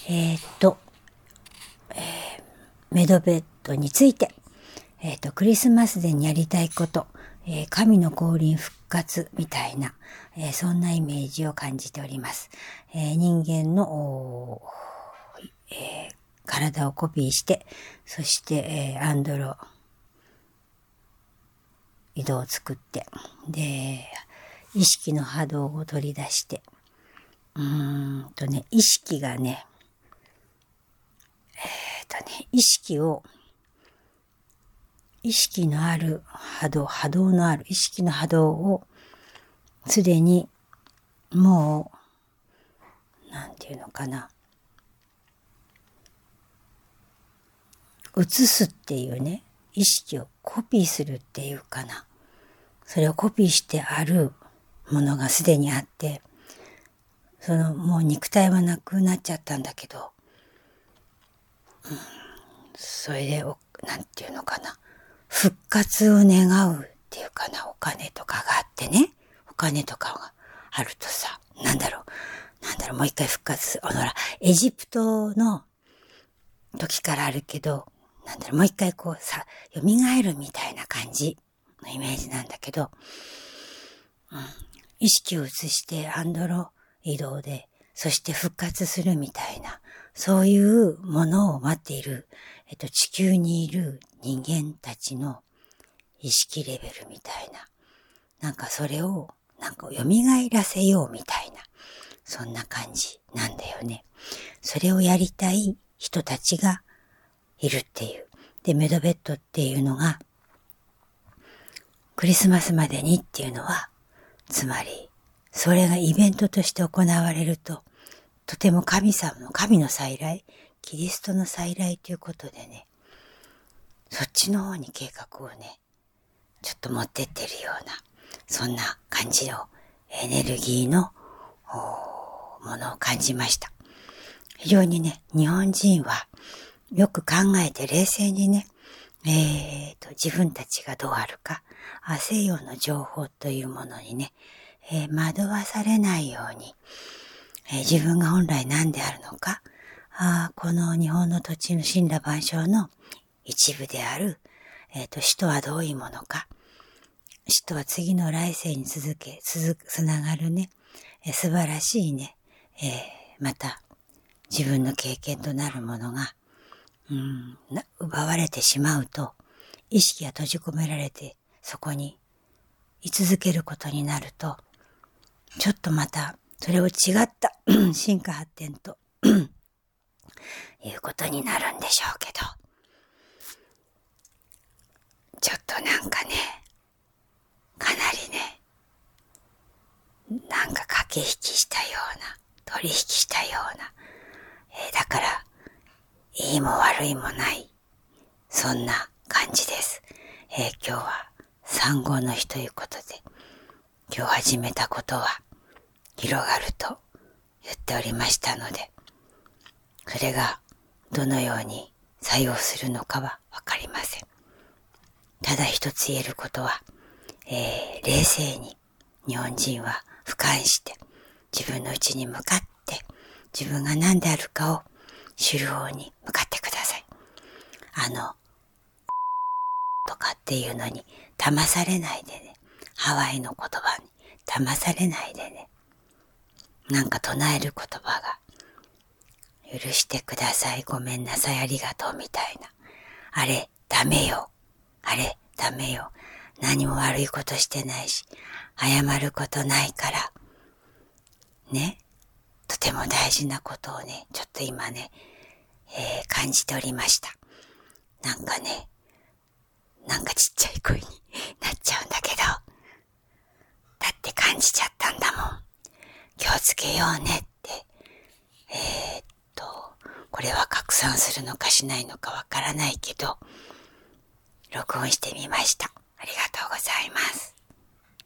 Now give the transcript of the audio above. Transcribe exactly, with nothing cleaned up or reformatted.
えー、っと、えー、メドベッドについて、えー、っと、クリスマスでにやりたいこと、えー、神の降臨復活みたいな、えー、そんなイメージを感じております。えー、人間の、えー、体をコピーして、そして、えー、アンドロイドを作って、で、意識の波動を取り出して、うーんとね、意識がね、えー、とね、意識を、意識のある波動、波動のある意識の波動を、すでに、もう、なんていうのかな、移すっていうね、意識をコピーするっていうかな。それをコピーしてあるものがすでにあって、そのもう肉体はなくなっちゃったんだけど、うん、それで、なんていうのかな、復活を願うっていうかな、お金とかがあってね、お金とかがあるとさ、なんだろう、なんだろう、もう一回復活する。ほら、エジプトの時からあるけど、なんだろう、もう一回こうさ、蘇るみたいな感じのイメージなんだけど、うん、意識を移してアンドロ移動で、そして復活するみたいな、そういうものを待っている、えっと、地球にいる人間たちの意識レベルみたいな、なんかそれを、なんか蘇らせようみたいな、そんな感じなんだよね。それをやりたい人たちがいるっていう。で、メドベッドっていうのが、クリスマスまでにっていうのは、つまり、それがイベントとして行われると、とても神様の、神の再来、キリストの再来ということでね、そっちの方に計画をね、ちょっと持ってってるような、そんな感じのエネルギーのものを感じました。非常にね、日本人はよく考えて冷静にね、えーと、自分たちがどうあるか、西洋の情報というものにね、えー、惑わされないように、えー、自分が本来何であるのか、あこの日本の土地の森羅万象の一部である、えーと、死とはどういうものか、死とは次の来世に続け、続く、つながるね、えー、素晴らしいね、えー、また自分の経験となるものが、うん、奪われてしまうと、意識が閉じ込められて、そこに居続けることになると、ちょっとまた、それを違った進化発展ということになるんでしょうけど、ちょっとなんかね、かなりね、なんか駆け引きしたような、取引したような、えー、だから、いいも悪いもない、そんな感じです。えー、今日は産後の日ということで、今日始めたことは広がると言っておりましたので、それがどのように作用するのかはわかりません。ただ一つ言えることは、えー、冷静に日本人は俯瞰して自分の内に向かって自分が何であるかを知る方に向かってください。あの、とかっていうのに騙されないでね。ハワイの言葉に騙されないでね。なんか唱える言葉が、許してください、ごめんなさい、ありがとうみたいな。あれ、ダメよ。あれ、ダメよ。何も悪いことしてないし、謝ることないから。ね。とても大事なことをね、ちょっと今ね、えー、感じておりました。なんかね、なんかちっちゃい声になっちゃうんだけど、だって感じちゃったんだもん。気をつけようねって。えー、っと、これは拡散するのかしないのかわからないけど、録音してみました。ありがとうございます。